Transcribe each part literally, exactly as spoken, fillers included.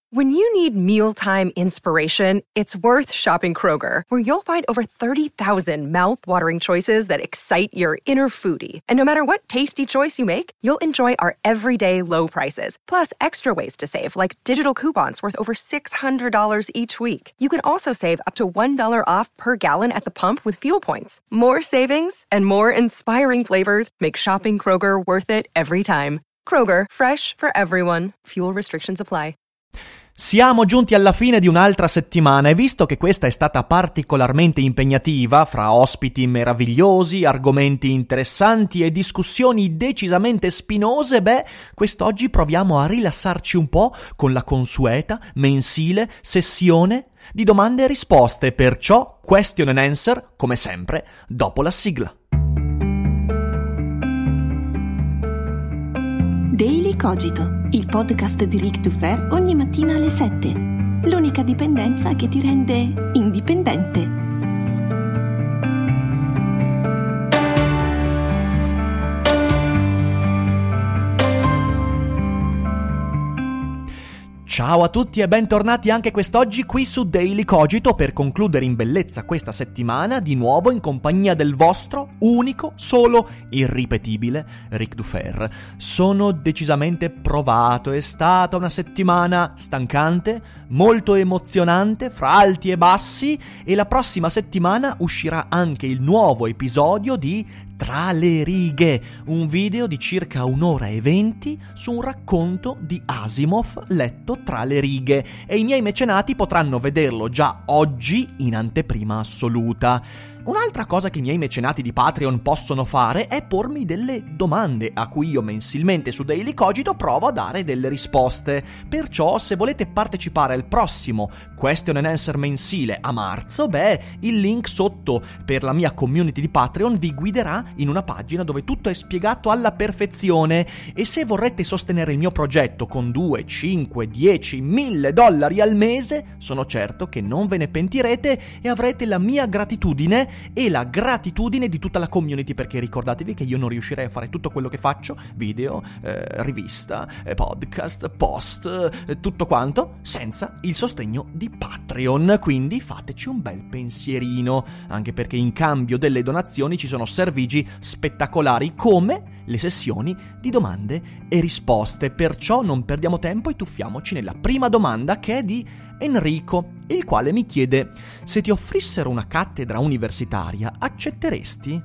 When you need mealtime inspiration, it's worth shopping Kroger, where you'll find over thirty thousand mouth-watering choices that excite your inner foodie. And no matter what tasty choice you make, you'll enjoy our everyday low prices, plus extra ways to save, like digital coupons worth over six hundred dollars each week. You can also save up to one dollar off per gallon at the pump with fuel points. More savings and more inspiring flavors make shopping Kroger worth it every time. Kroger, fresh for everyone. Fuel restrictions apply. Siamo giunti alla fine di un'altra settimana e visto che questa è stata particolarmente impegnativa, fra ospiti meravigliosi, argomenti interessanti e discussioni decisamente spinose, beh, quest'oggi proviamo a rilassarci un po' con la consueta, mensile sessione di domande e risposte, perciò Question and Answer, come sempre, dopo la sigla. Daily Cogito, il podcast di Ric Dufer ogni mattina alle sette. L'unica dipendenza che ti rende indipendente. Ciao a tutti e bentornati anche quest'oggi qui su Daily Cogito per concludere in bellezza questa settimana di nuovo in compagnia del vostro unico, solo, irripetibile Ric Dufer. Sono decisamente provato, è stata una settimana stancante, molto emozionante, fra alti e bassi, e la prossima settimana uscirà anche il nuovo episodio di Tra le righe, un video di circa un'ora e venti su un racconto di Asimov letto tra le righe, e i miei mecenati potranno vederlo già oggi in anteprima assoluta. Un'altra cosa che i miei mecenati di Patreon possono fare è pormi delle domande a cui io mensilmente su Daily Cogito provo a dare delle risposte. Perciò se volete partecipare al prossimo Question and Answer mensile a marzo, beh, il link sotto per la mia community di Patreon vi guiderà in una pagina dove tutto è spiegato alla perfezione, e se vorrete sostenere il mio progetto con due, cinque, dieci, mille dollari al mese, sono certo che non ve ne pentirete e avrete la mia gratitudine e la gratitudine di tutta la community, perché ricordatevi che io non riuscirei a fare tutto quello che faccio, video, eh, rivista, eh, podcast, post, eh, tutto quanto, senza il sostegno di Patreon. Quindi fateci un bel pensierino, anche perché in cambio delle donazioni ci sono servigi spettacolari come le sessioni di domande e risposte. Perciò non perdiamo tempo e tuffiamoci nella prima domanda, che è di Enrico, il quale mi chiede: se ti offrissero una cattedra universitaria, accetteresti?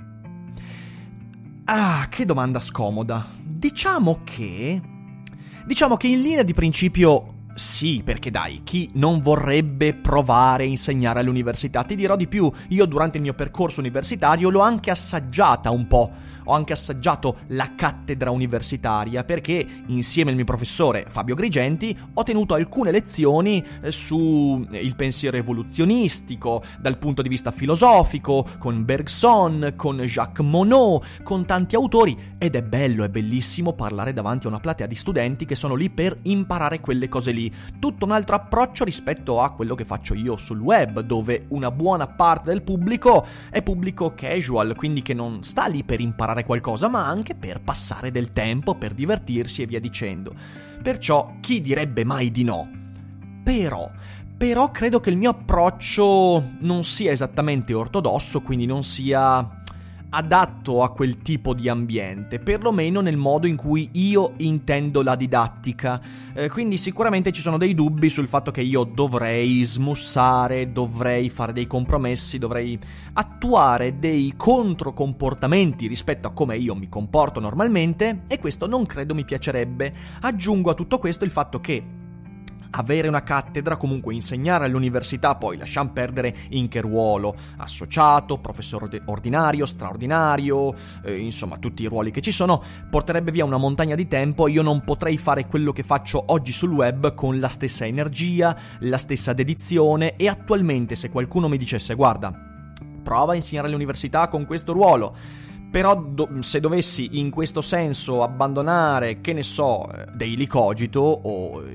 Ah, che domanda scomoda. Diciamo che... Diciamo che in linea di principio sì, perché dai, chi non vorrebbe provare a insegnare all'università? Ti dirò di più, io durante il mio percorso universitario l'ho anche assaggiata un po'. Ho anche assaggiato la cattedra universitaria perché insieme al mio professore Fabio Grigenti ho tenuto alcune lezioni su il pensiero evoluzionistico dal punto di vista filosofico, con Bergson, con Jacques Monod, con tanti autori, ed è bello, è bellissimo parlare davanti a una platea di studenti che sono lì per imparare quelle cose lì. Tutto un altro approccio rispetto a quello che faccio io sul web, dove una buona parte del pubblico è pubblico casual, quindi che non sta lì per imparare qualcosa, ma anche per passare del tempo, per divertirsi e via dicendo. Perciò chi direbbe mai di no? Però, però credo che il mio approccio non sia esattamente ortodosso, quindi non sia adatto a quel tipo di ambiente, perlomeno nel modo in cui io intendo la didattica. Eh, quindi sicuramente ci sono dei dubbi sul fatto che io dovrei smussare, dovrei fare dei compromessi, dovrei attuare dei controcomportamenti rispetto a come io mi comporto normalmente, e questo non credo mi piacerebbe. Aggiungo a tutto questo il fatto che avere una cattedra, comunque insegnare all'università, poi lasciamo perdere in che ruolo, associato, professore ordinario, straordinario, eh, insomma tutti i ruoli che ci sono, porterebbe via una montagna di tempo. Io non potrei fare quello che faccio oggi sul web con la stessa energia, la stessa dedizione, e attualmente se qualcuno mi dicesse: guarda, prova a insegnare all'università con questo ruolo, però do- se dovessi in questo senso abbandonare, che ne so, Daily Cogito o i,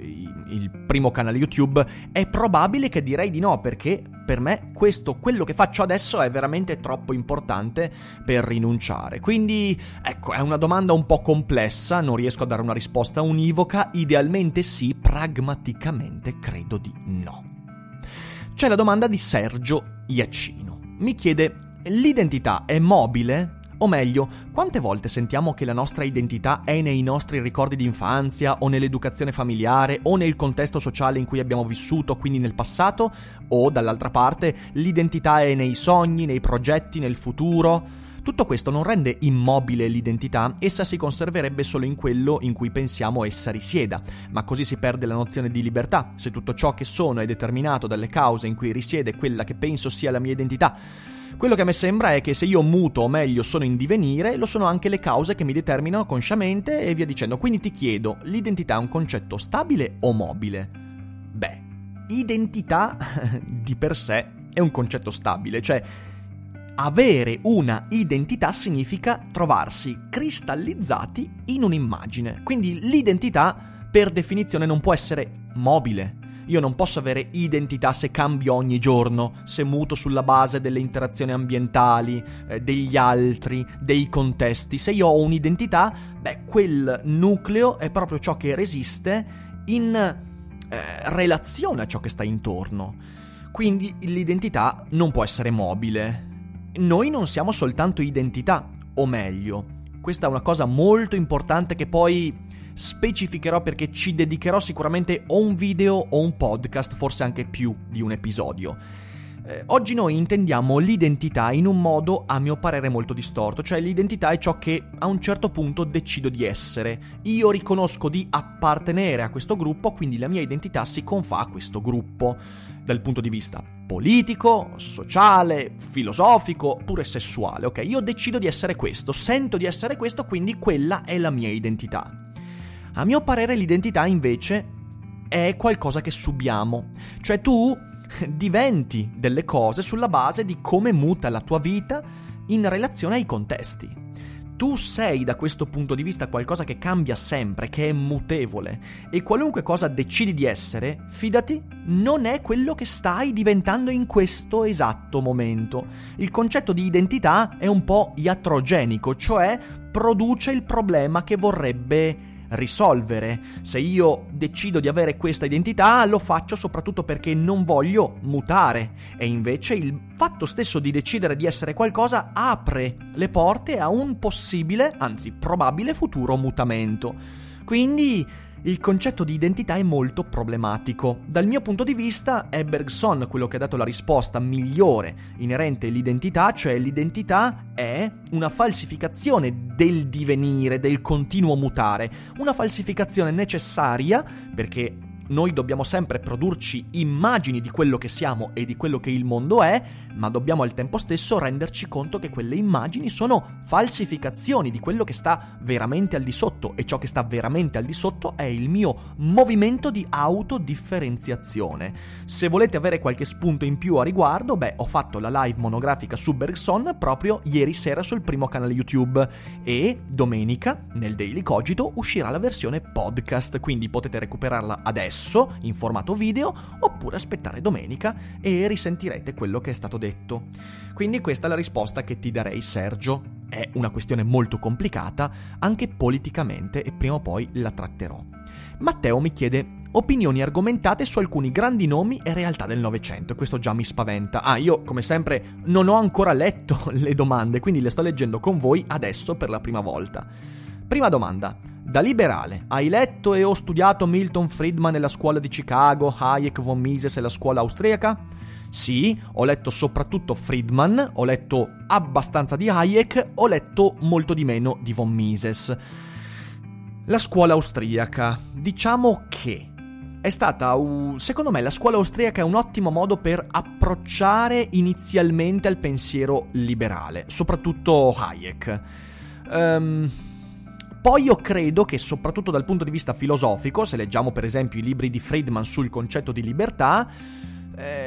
il primo canale YouTube, è probabile che direi di no, perché per me questo, quello che faccio adesso è veramente troppo importante per rinunciare. Quindi, ecco, è una domanda un po' complessa, non riesco a dare una risposta univoca, idealmente sì, pragmaticamente credo di no. C'è la domanda di Sergio Iacino. Mi chiede: l'identità è mobile? O meglio, quante volte sentiamo che la nostra identità è nei nostri ricordi di infanzia o nell'educazione familiare o nel contesto sociale in cui abbiamo vissuto, quindi nel passato? O, dall'altra parte, l'identità è nei sogni, nei progetti, nel futuro? Tutto questo non rende immobile l'identità, essa si conserverebbe solo in quello in cui pensiamo essa risieda, ma così si perde la nozione di libertà, se tutto ciò che sono è determinato dalle cause in cui risiede quella che penso sia la mia identità. Quello che a me sembra è che se io muto, o meglio sono in divenire, lo sono anche le cause che mi determinano consciamente e via dicendo. Quindi ti chiedo, l'identità è un concetto stabile o mobile? Beh, identità di per sé è un concetto stabile, cioè avere una identità significa trovarsi cristallizzati in un'immagine. Quindi l'identità per definizione non può essere mobile. Io non posso avere identità se cambio ogni giorno, se muto sulla base delle interazioni ambientali, eh, degli altri, dei contesti. Se io ho un'identità, beh, quel nucleo è proprio ciò che resiste in eh, relazione a ciò che sta intorno. Quindi l'identità non può essere mobile. Noi non siamo soltanto identità, o meglio, questa è una cosa molto importante che poi specificherò perché ci dedicherò sicuramente o un video o un podcast, forse anche più di un episodio. Eh, oggi noi intendiamo l'identità in un modo, a mio parere, molto distorto, cioè l'identità è ciò che a un certo punto decido di essere. Io riconosco di appartenere a questo gruppo, quindi la mia identità si confà a questo gruppo, dal punto di vista politico, sociale, filosofico, pure sessuale, ok? Io decido di essere questo, sento di essere questo, quindi quella è la mia identità. A mio parere l'identità invece è qualcosa che subiamo, cioè tu diventi delle cose sulla base di come muta la tua vita in relazione ai contesti. Tu sei da questo punto di vista qualcosa che cambia sempre, che è mutevole, e qualunque cosa decidi di essere, fidati, non è quello che stai diventando in questo esatto momento. Il concetto di identità è un po' iatrogenico, cioè produce il problema che vorrebbe risolvere. Se io decido di avere questa identità, lo faccio soprattutto perché non voglio mutare, e invece il fatto stesso di decidere di essere qualcosa apre le porte a un possibile, anzi probabile futuro mutamento. Quindi il concetto di identità è molto problematico. Dal mio punto di vista è Bergson quello che ha dato la risposta migliore inerente all'identità, cioè l'identità è una falsificazione del divenire, del continuo mutare, una falsificazione necessaria perché noi dobbiamo sempre produrci immagini di quello che siamo e di quello che il mondo è, ma dobbiamo al tempo stesso renderci conto che quelle immagini sono falsificazioni di quello che sta veramente al di sotto, e ciò che sta veramente al di sotto è il mio movimento di autodifferenziazione. Se volete avere qualche spunto in più a riguardo, beh, ho fatto la live monografica su Bergson proprio ieri sera sul primo canale YouTube, e domenica nel Daily Cogito uscirà la versione podcast, quindi potete recuperarla adesso in formato video oppure aspettare domenica e risentirete quello che è stato detto. Quindi questa è la risposta che ti darei, Sergio. È una questione molto complicata anche politicamente e prima o poi la tratterò. Matteo mi chiede opinioni argomentate su alcuni grandi nomi e realtà del Novecento, e questo già mi spaventa. Ah, io come sempre non ho ancora letto le domande, quindi le sto leggendo con voi adesso per la prima volta. Prima domanda. Da liberale, hai letto e o studiato Milton Friedman nella scuola di Chicago, Hayek, von Mises e la scuola austriaca? Sì, ho letto soprattutto Friedman, ho letto abbastanza di Hayek, ho letto molto di meno di von Mises. La scuola austriaca, diciamo che è stata, uh, secondo me la scuola austriaca è un ottimo modo per approcciare inizialmente al pensiero liberale, soprattutto Hayek. Ehm... Um, Poi io credo che soprattutto dal punto di vista filosofico, se leggiamo per esempio i libri di Friedman sul concetto di libertà, eh,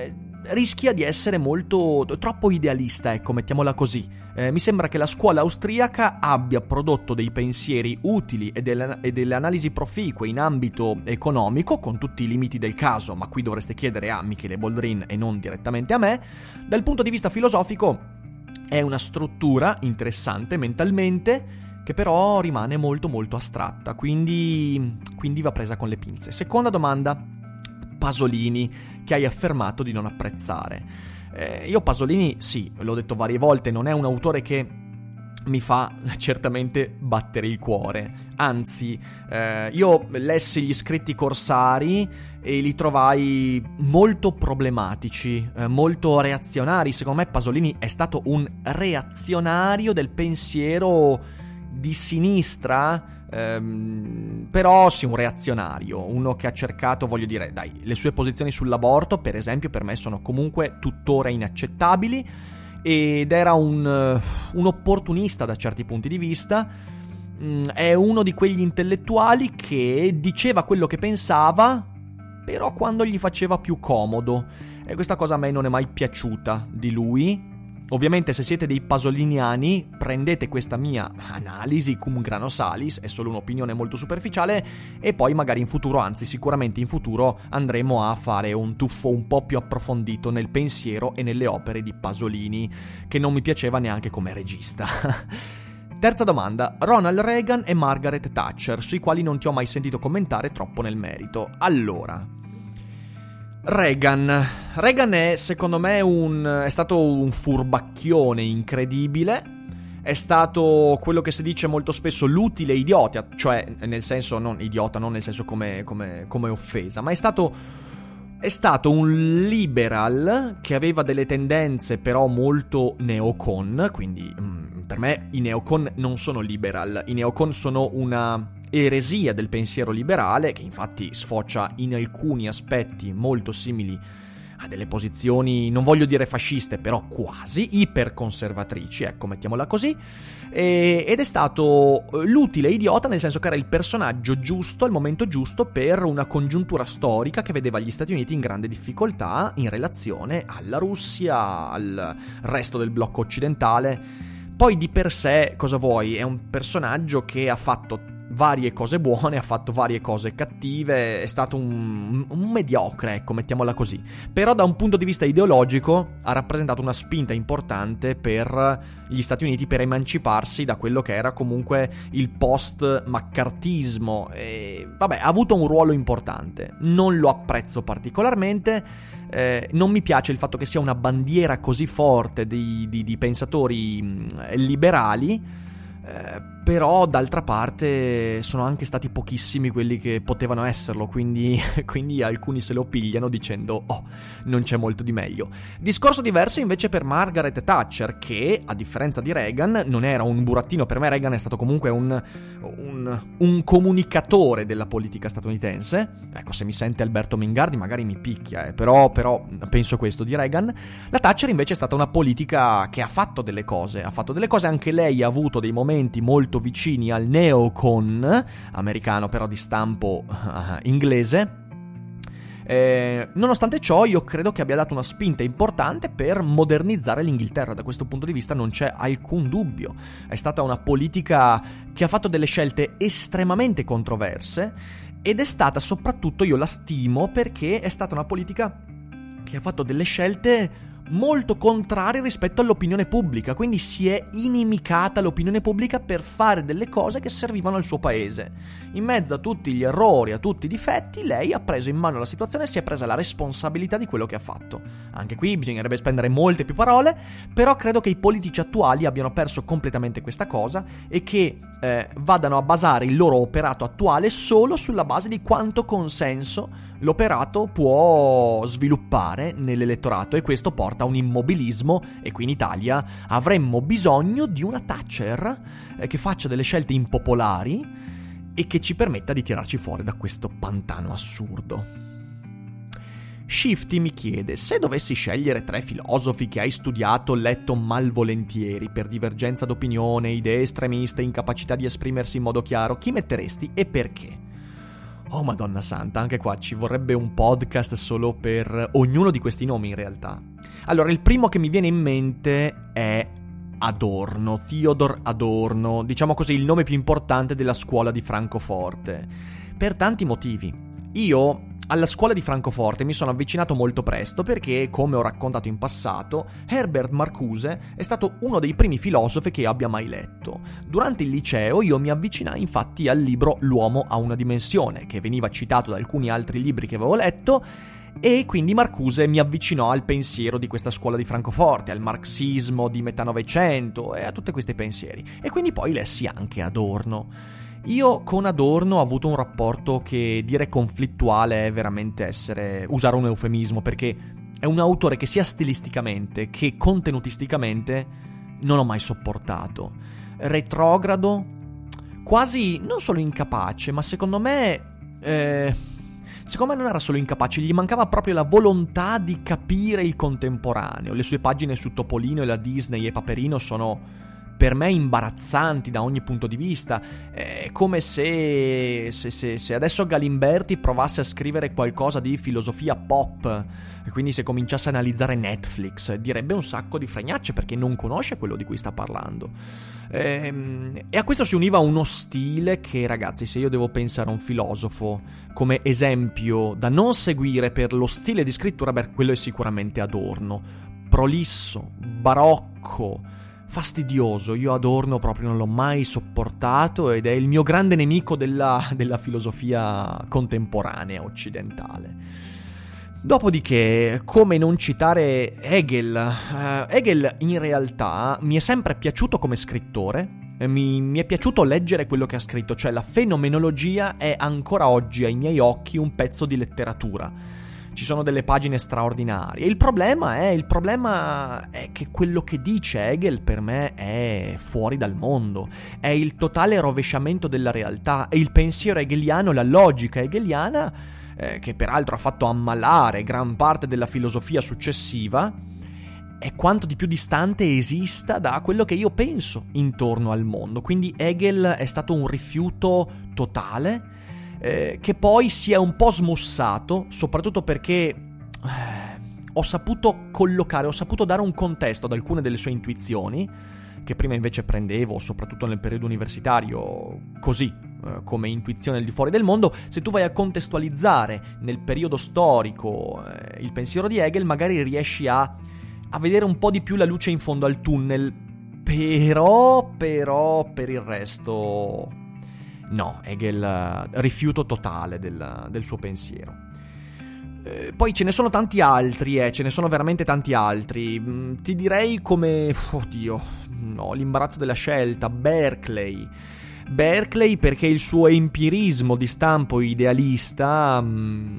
rischia di essere molto troppo idealista, ecco, mettiamola così. Eh, mi sembra che la scuola austriaca abbia prodotto dei pensieri utili e delle, e delle analisi proficue in ambito economico, con tutti i limiti del caso, ma qui dovreste chiedere a Michele Boldrin e non direttamente a me. Dal punto di vista filosofico è una struttura interessante mentalmente, che però rimane molto molto astratta, quindi, quindi va presa con le pinze. Seconda domanda, Pasolini, che hai affermato di non apprezzare. Eh, io Pasolini, sì, l'ho detto varie volte, non è un autore che mi fa certamente battere il cuore, anzi, eh, io lessi gli scritti corsari e li trovai molto problematici, eh, molto reazionari. Secondo me Pasolini è stato un reazionario del pensiero di sinistra, ehm, però sì, un reazionario, uno che ha cercato, voglio dire, dai, le sue posizioni sull'aborto, per esempio, per me sono comunque tuttora inaccettabili, ed era un, un opportunista da certi punti di vista. Mm, è uno di quegli intellettuali che diceva quello che pensava, però quando gli faceva più comodo, e questa cosa a me non è mai piaciuta di lui. Ovviamente, se siete dei pasoliniani, prendete questa mia analisi cum grano salis, è solo un'opinione molto superficiale, e poi magari in futuro, anzi sicuramente in futuro, andremo a fare un tuffo un po' più approfondito nel pensiero e nelle opere di Pasolini, che non mi piaceva neanche come regista. Terza domanda, Ronald Reagan e Margaret Thatcher, sui quali non ti ho mai sentito commentare troppo nel merito. Allora, Reagan. Reagan è, secondo me, un, è stato un furbacchione incredibile. È stato quello che si dice molto spesso l'utile idiota, cioè nel senso non idiota, non nel senso come, come, come offesa, ma è stato, è stato un liberal che aveva delle tendenze però molto neocon, quindi mh, per me i neocon non sono liberal, i neocon sono una eresia del pensiero liberale, che infatti sfocia in alcuni aspetti molto simili a delle posizioni, non voglio dire fasciste, però quasi iperconservatrici, ecco, mettiamola così, e, ed è stato l'utile idiota, nel senso che era il personaggio giusto al momento giusto per una congiuntura storica che vedeva gli Stati Uniti in grande difficoltà in relazione alla Russia, al resto del blocco occidentale. Poi di per sé, cosa vuoi, è un personaggio che ha fatto varie cose buone, ha fatto varie cose cattive, è stato un, un mediocre, ecco, mettiamola così. Però da un punto di vista ideologico ha rappresentato una spinta importante per gli Stati Uniti per emanciparsi da quello che era comunque il post-maccartismo. E vabbè, ha avuto un ruolo importante. Non lo apprezzo particolarmente, eh, non mi piace il fatto che sia una bandiera così forte di, di, di pensatori mh, liberali. Eh, però d'altra parte sono anche stati pochissimi quelli che potevano esserlo, quindi, quindi alcuni se lo pigliano dicendo oh, non c'è molto di meglio. Discorso diverso invece per Margaret Thatcher, che a differenza di Reagan non era un burattino. Per me Reagan è stato comunque un, un, un comunicatore della politica statunitense. Ecco, se mi sente Alberto Mingardi magari mi picchia, eh, però, però penso questo di Reagan. La Thatcher invece è stata una politica che ha fatto delle cose, ha fatto delle cose, anche lei ha avuto dei momenti molto vicini al neocon americano, però di stampo uh, inglese. Eh, nonostante ciò, io credo che abbia dato una spinta importante per modernizzare l'Inghilterra. Da questo punto di vista non c'è alcun dubbio. È stata una politica che ha fatto delle scelte estremamente controverse, ed è stata soprattutto, io la stimo perché è stata una politica che ha fatto delle scelte molto contrarie rispetto all'opinione pubblica, quindi si è inimicata l'opinione pubblica per fare delle cose che servivano al suo paese. In mezzo a tutti gli errori, a tutti i difetti, lei ha preso in mano la situazione e si è presa la responsabilità di quello che ha fatto. Anche qui bisognerebbe spendere molte più parole, però credo che i politici attuali abbiano perso completamente questa cosa e che eh, vadano a basare il loro operato attuale solo sulla base di quanto consenso l'operato può sviluppare nell'elettorato, e questo porta a un immobilismo. E qui in Italia avremmo bisogno di una Thatcher eh, che faccia delle scelte impopolari e che ci permetta di tirarci fuori da questo pantano assurdo. Shifty mi chiede: se dovessi scegliere tre filosofi che hai studiato, letto malvolentieri per divergenza d'opinione, idee estremiste, incapacità di esprimersi in modo chiaro, chi metteresti e perché? Oh Madonna Santa, anche qua ci vorrebbe un podcast solo per ognuno di questi nomi in realtà. Allora, il primo che mi viene in mente è Adorno, Theodor Adorno, diciamo così il nome più importante della scuola di Francoforte, per tanti motivi. Io alla scuola di Francoforte mi sono avvicinato molto presto perché, come ho raccontato in passato, Herbert Marcuse è stato uno dei primi filosofi che abbia mai letto. Durante il liceo io mi avvicinai infatti al libro L'uomo ha una dimensione, che veniva citato da alcuni altri libri che avevo letto, e quindi Marcuse mi avvicinò al pensiero di questa scuola di Francoforte, al marxismo di metà Novecento e a tutti questi pensieri. E quindi poi lessi anche Adorno. Io con Adorno ho avuto un rapporto che dire conflittuale è veramente essere usare un eufemismo, perché è un autore che sia stilisticamente che contenutisticamente non ho mai sopportato. Retrogrado, quasi non solo incapace, ma secondo me eh, secondo me non era solo incapace, gli mancava proprio la volontà di capire il contemporaneo. Le sue pagine su Topolino e la Disney e Paperino sono per me imbarazzanti da ogni punto di vista. È come se, se, se, se adesso Galimberti provasse a scrivere qualcosa di filosofia pop, e quindi se cominciasse a analizzare Netflix direbbe un sacco di fregnacce perché non conosce quello di cui sta parlando. E, e a questo si univa uno stile che, ragazzi, se io devo pensare a un filosofo come esempio da non seguire per lo stile di scrittura, beh, quello è sicuramente Adorno. Prolisso, barocco, fastidioso. Io Adorno proprio non l'ho mai sopportato ed è il mio grande nemico della, della filosofia contemporanea occidentale. Dopodiché, come non citare Hegel? Uh, Hegel in realtà mi è sempre piaciuto come scrittore, mi, mi è piaciuto leggere quello che ha scritto, cioè la fenomenologia è ancora oggi ai miei occhi un pezzo di letteratura. Ci sono delle pagine straordinarie. Il problema è, il problema è che quello che dice Hegel per me è fuori dal mondo. È il totale rovesciamento della realtà. E il pensiero hegeliano, la logica hegeliana, eh, che peraltro ha fatto ammalare gran parte della filosofia successiva, è quanto di più distante esista da quello che io penso intorno al mondo. Quindi Hegel è stato un rifiuto totale, Eh, che poi si è un po' smussato, soprattutto perché eh, ho saputo collocare, ho saputo dare un contesto ad alcune delle sue intuizioni, che prima invece prendevo, soprattutto nel periodo universitario, così, eh, come intuizione al di fuori del mondo. Se tu vai a contestualizzare nel periodo storico eh, il pensiero di Hegel, magari riesci a, a vedere un po' di più la luce in fondo al tunnel, però, però, per il resto... No, Hegel, rifiuto totale del, del suo pensiero. Eh, poi ce ne sono tanti altri, eh, ce ne sono veramente tanti altri. Mm, ti direi come... Oddio, no, l'imbarazzo della scelta, Berkeley. Berkeley perché il suo empirismo di stampo idealista mm,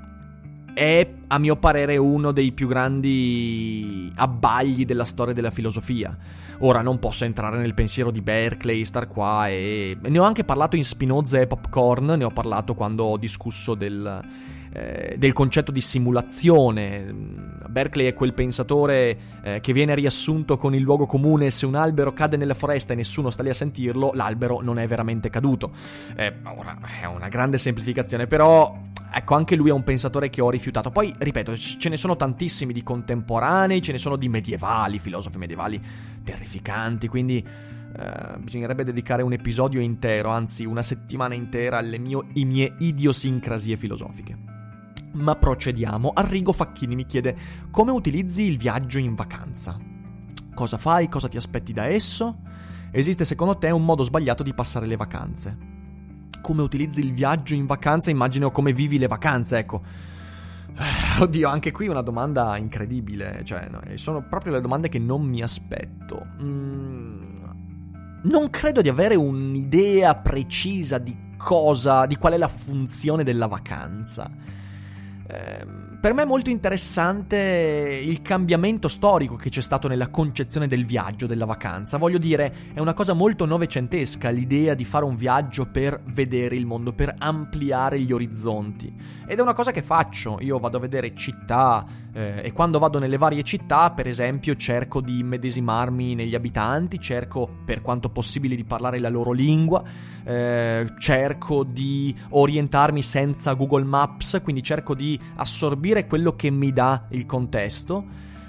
è, a mio parere, uno dei più grandi abbagli della storia della filosofia. Ora non posso entrare nel pensiero di Berkeley, star qua, e ne ho anche parlato in Spinoza e Popcorn, ne ho parlato quando ho discusso del, eh, del concetto di simulazione. Berkeley è quel pensatore eh, che viene riassunto con il luogo comune: se un albero cade nella foresta e nessuno sta lì a sentirlo, l'albero non è veramente caduto. Eh, ora è una grande semplificazione, però... Ecco, anche lui è un pensatore che ho rifiutato. Poi, ripeto, ce ne sono tantissimi di contemporanei, ce ne sono di medievali, filosofi medievali terrificanti, quindi eh, bisognerebbe dedicare un episodio intero, anzi una settimana intera, alle mie, i mie idiosincrasie filosofiche. Ma procediamo. Arrigo Facchini mi chiede: come utilizzi il viaggio in vacanza? Cosa fai? Cosa ti aspetti da esso? Esiste secondo te un modo sbagliato di passare le vacanze? Come utilizzi il viaggio in vacanza? Immagino come vivi le vacanze, ecco. Oddio, anche qui una domanda incredibile. Cioè, no, sono proprio le domande che non mi aspetto. Mm, non credo di avere un'idea precisa di cosa, di qual è la funzione della vacanza. Eh, per me è molto interessante il cambiamento storico che c'è stato nella concezione del viaggio, della vacanza. Voglio dire, è una cosa molto novecentesca l'idea di fare un viaggio per vedere il mondo, per ampliare gli orizzonti. Ed è una cosa che faccio. Io vado a vedere città eh, e quando vado nelle varie città, per esempio, cerco di immedesimarmi negli abitanti, cerco per quanto possibile di parlare la loro lingua, eh, cerco di orientarmi senza Google Maps, quindi cerco di assorbire quello che mi dà il contesto.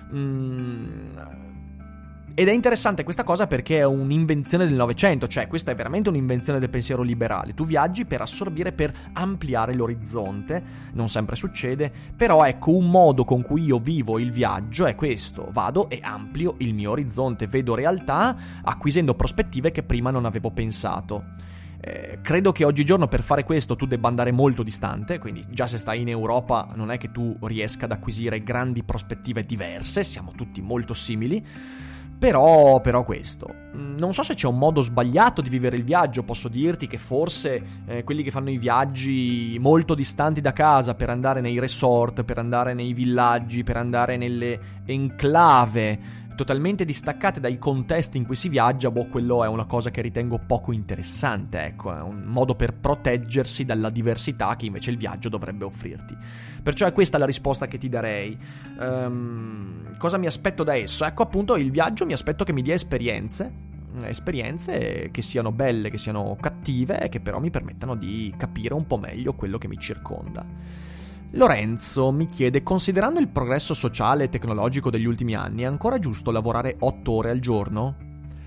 Mm. Ed è interessante questa cosa perché è un'invenzione del Novecento, cioè questa è veramente un'invenzione del pensiero liberale. Tu viaggi per assorbire, per ampliare l'orizzonte, non sempre succede, però ecco, un modo con cui io vivo il viaggio è questo: vado e amplio il mio orizzonte, vedo realtà acquisendo prospettive che prima non avevo pensato. Eh, credo che oggigiorno per fare questo tu debba andare molto distante, quindi già se stai in Europa non è che tu riesca ad acquisire grandi prospettive diverse, siamo tutti molto simili. Però, però questo, non so se c'è un modo sbagliato di vivere il viaggio. Posso dirti che forse eh, quelli che fanno i viaggi molto distanti da casa per andare nei resort, per andare nei villaggi, per andare nelle enclave totalmente distaccate dai contesti in cui si viaggia, boh, quello è una cosa che ritengo poco interessante, ecco, è un modo per proteggersi dalla diversità che invece il viaggio dovrebbe offrirti. Perciò è questa la risposta che ti darei. Um, cosa mi aspetto da esso? Ecco, appunto, il viaggio mi aspetto che mi dia esperienze, esperienze che siano belle, che siano cattive e che però mi permettano di capire un po' meglio quello che mi circonda. Lorenzo mi chiede: considerando il progresso sociale e tecnologico degli ultimi anni, è ancora giusto lavorare otto ore al giorno?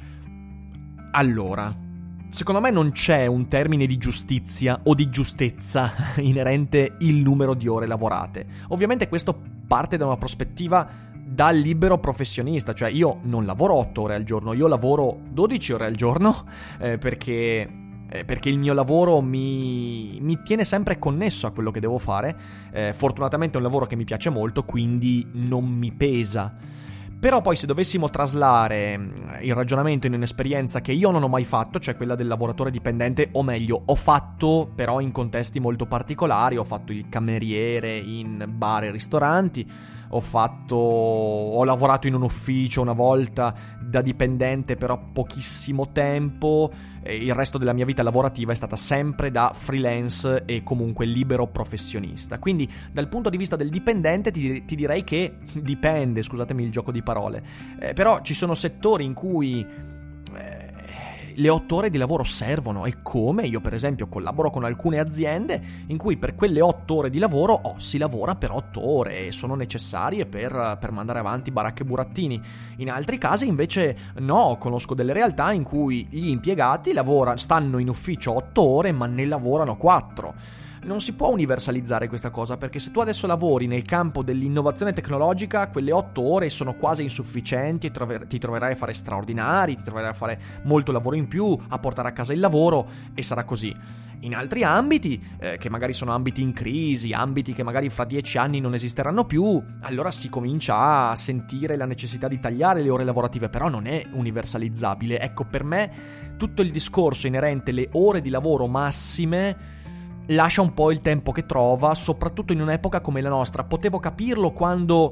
Allora, secondo me non c'è un termine di giustizia o di giustezza inerente il numero di ore lavorate. Ovviamente questo parte da una prospettiva da libero professionista, cioè io non lavoro otto ore al giorno, io lavoro dodici ore al giorno eh, perché... perché il mio lavoro mi, mi tiene sempre connesso a quello che devo fare. Eh, fortunatamente è un lavoro che mi piace molto, quindi non mi pesa. Però poi se dovessimo traslare il ragionamento in un'esperienza che io non ho mai fatto, cioè quella del lavoratore dipendente, o meglio, ho fatto però in contesti molto particolari, ho fatto il cameriere in bar e ristoranti, ho fatto ho lavorato in un ufficio una volta da dipendente però pochissimo tempo, e il resto della mia vita lavorativa è stata sempre da freelance e comunque libero professionista. Quindi dal punto di vista del dipendente ti, ti direi che dipende, scusatemi il gioco di parole, eh, però ci sono settori in cui eh, le otto ore di lavoro servono, e come? Io per esempio collaboro con alcune aziende in cui per quelle otto ore di lavoro oh, si lavora per otto ore e sono necessarie per, per mandare avanti baracche e burattini. In altri casi invece no, conosco delle realtà in cui gli impiegati lavorano, stanno in ufficio otto ore ma ne lavorano quattro. Non si può universalizzare questa cosa, perché se tu adesso lavori nel campo dell'innovazione tecnologica, quelle otto ore sono quasi insufficienti e trover- ti troverai a fare straordinari, ti troverai a fare molto lavoro in più, a portare a casa il lavoro, e sarà così. In altri ambiti, eh, che magari sono ambiti in crisi, ambiti che magari fra dieci anni non esisteranno più, allora si comincia a sentire la necessità di tagliare le ore lavorative, però non è universalizzabile. Ecco, per me tutto il discorso inerente alle ore di lavoro massime lascia un po' il tempo che trova, soprattutto in un'epoca come la nostra. Potevo capirlo quando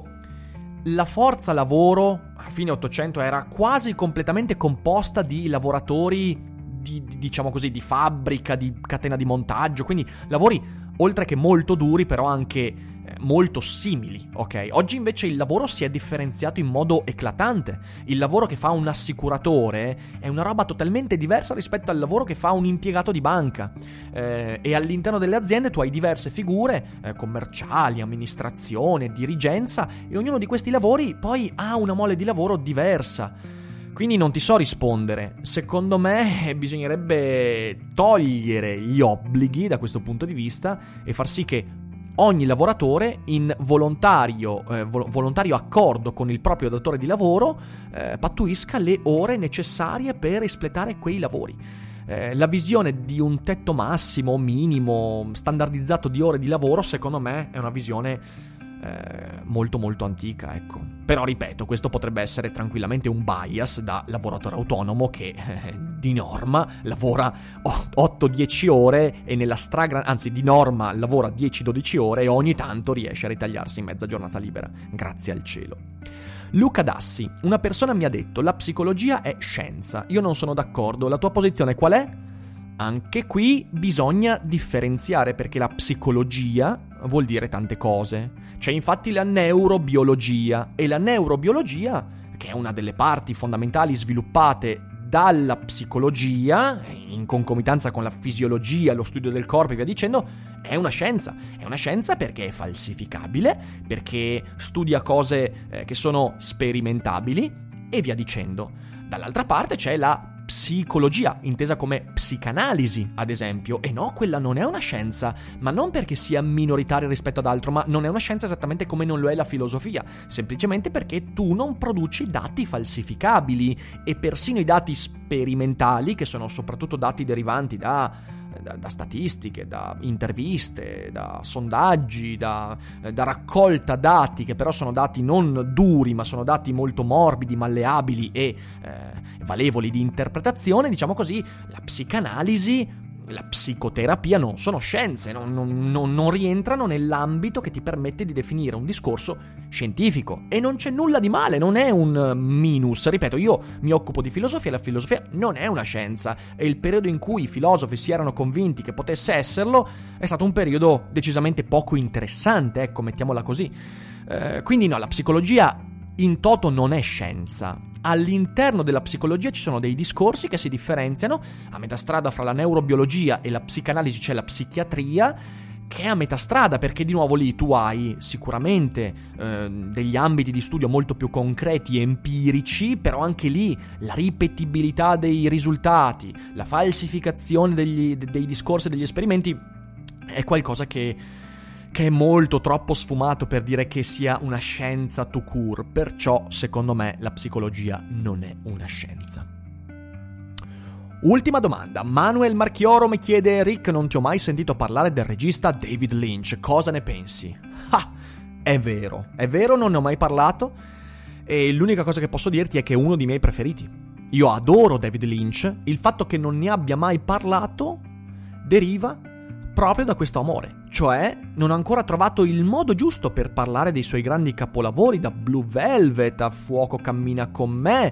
la forza lavoro a fine Ottocento era quasi completamente composta di lavoratori di, di diciamo così, di fabbrica, di catena di montaggio, quindi lavori oltre che molto duri, però anche molto simili, ok? Oggi invece il lavoro si è differenziato in modo eclatante. Il lavoro che fa un assicuratore è una roba totalmente diversa rispetto al lavoro che fa un impiegato di banca, eh, e all'interno delle aziende tu hai diverse figure, eh, commerciali, amministrazione, dirigenza, e ognuno di questi lavori poi ha una mole di lavoro diversa. Quindi non ti so rispondere. Secondo me bisognerebbe togliere gli obblighi da questo punto di vista e far sì che ogni lavoratore in volontario, eh, vol- volontario accordo con il proprio datore di lavoro eh, pattuisca le ore necessarie per espletare quei lavori. Eh, la visione di un tetto massimo, minimo, standardizzato di ore di lavoro, secondo me è una visione eh, molto molto antica, ecco. Però ripeto, questo potrebbe essere tranquillamente un bias da lavoratore autonomo che eh, di norma lavora otto dieci ore e nella stragra, anzi di norma lavora dieci dodici ore e ogni tanto riesce a ritagliarsi mezza giornata libera, grazie al cielo. Luca Dassi, una persona mi ha detto la psicologia è scienza, io non sono d'accordo, la tua posizione qual è? Anche qui bisogna differenziare, perché la psicologia vuol dire tante cose. C'è infatti la neurobiologia, e la neurobiologia, che è una delle parti fondamentali sviluppate dalla psicologia, in concomitanza con la fisiologia, lo studio del corpo e via dicendo, è una scienza. È una scienza perché è falsificabile, perché studia cose eh, che sono sperimentabili e via dicendo. Dall'altra parte c'è la psicologia, intesa come psicanalisi, ad esempio, e no, quella non è una scienza, ma non perché sia minoritaria rispetto ad altro, ma non è una scienza esattamente come non lo è la filosofia, semplicemente perché tu non produci dati falsificabili, e persino i dati sperimentali, che sono soprattutto dati derivanti da Da, da statistiche, da interviste, da sondaggi, da, da raccolta dati, che però sono dati non duri, ma sono dati molto morbidi, malleabili e eh, valevoli di interpretazione, diciamo così. La psicanalisi, la psicoterapia non sono scienze, non, non, non, non rientrano nell'ambito che ti permette di definire un discorso scientifico, e non c'è nulla di male, non è un minus. Ripeto, io mi occupo di filosofia, la filosofia non è una scienza, e il periodo in cui i filosofi si erano convinti che potesse esserlo è stato un periodo decisamente poco interessante, ecco, mettiamola così. Eh, quindi no, la psicologia in toto non è scienza. All'interno della psicologia ci sono dei discorsi che si differenziano. A metà strada fra la neurobiologia e la psicanalisi c'è la psichiatria, che è a metà strada, perché di nuovo lì tu hai sicuramente eh, degli ambiti di studio molto più concreti e empirici, però anche lì la ripetibilità dei risultati, la falsificazione degli, dei discorsi e degli esperimenti è qualcosa che che è molto troppo sfumato per dire che sia una scienza tout court. Perciò, secondo me, la psicologia non è una scienza. Ultima domanda. Manuel Marchioro mi chiede: Rick, non ti ho mai sentito parlare del regista David Lynch, cosa ne pensi? Ah, è vero, è vero, non ne ho mai parlato, e l'unica cosa che posso dirti è che è uno dei miei preferiti. Io adoro David Lynch, il fatto che non ne abbia mai parlato deriva proprio da questo amore, cioè non ho ancora trovato il modo giusto per parlare dei suoi grandi capolavori, da Blue Velvet a Fuoco cammina con me,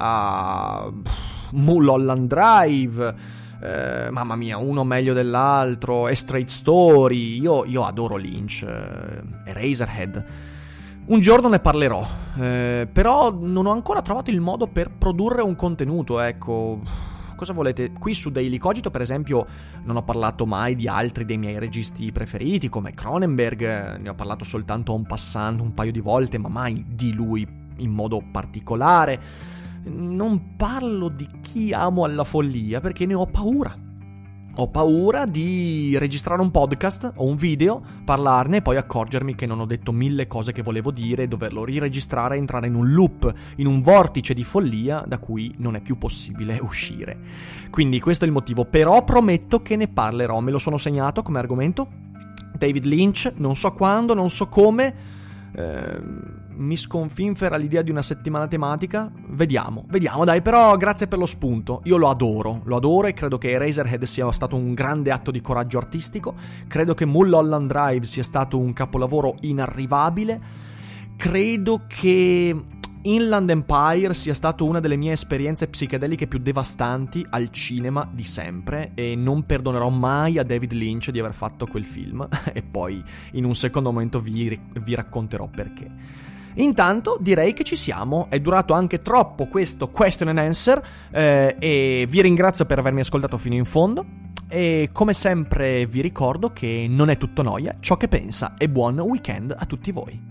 a Mulholland Drive, eh, mamma mia, uno meglio dell'altro, e Straight Story. Io, io adoro Lynch, eh, Eraserhead. Un giorno ne parlerò, eh, però non ho ancora trovato il modo per produrre un contenuto, ecco. Cosa volete? Qui su Daily Cogito, per esempio, non ho parlato mai di altri dei miei registi preferiti, come Cronenberg, ne ho parlato soltanto en passant un paio di volte, ma mai di lui in modo particolare. Non parlo di chi amo alla follia, perché ne ho paura. Ho paura di registrare un podcast o un video, parlarne e poi accorgermi che non ho detto mille cose che volevo dire, doverlo riregistrare e entrare in un loop, in un vortice di follia da cui non è più possibile uscire. Quindi questo è il motivo, però prometto che ne parlerò, me lo sono segnato come argomento. David Lynch, non so quando, non so come, eh, mi sconfinfera l'idea di una settimana tematica. Vediamo, vediamo dai, però grazie per lo spunto. Io lo adoro, lo adoro e credo che Eraserhead sia stato un grande atto di coraggio artistico. Credo che Mulholland Drive sia stato un capolavoro inarrivabile. Credo che Inland Empire sia stato una delle mie esperienze psichedeliche più devastanti al cinema di sempre, e non perdonerò mai a David Lynch di aver fatto quel film e poi in un secondo momento vi, vi racconterò perché. Intanto direi che ci siamo, è durato anche troppo questo question and answer, eh, e vi ringrazio per avermi ascoltato fino in fondo, e come sempre vi ricordo che non è tutto noia ciò che pensa, e buon weekend a tutti voi.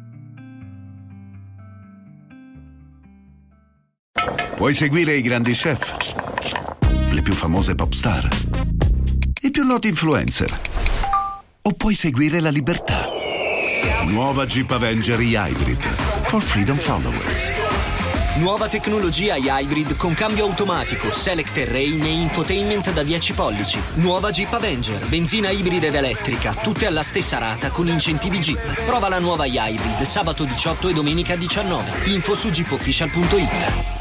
Vuoi seguire i grandi chef, le più famose pop star, i più noti influencer, o puoi seguire la libertà? Nuova Jeep Avenger Hybrid for Freedom Followers. Nuova tecnologia Hybrid con cambio automatico, Select Terrain e infotainment da dieci pollici. Nuova Jeep Avenger, benzina ibrida ed elettrica, tutte alla stessa rata con incentivi Jeep. Prova la nuova Hybrid sabato diciotto e domenica diciannove. Info su jeep official punto it.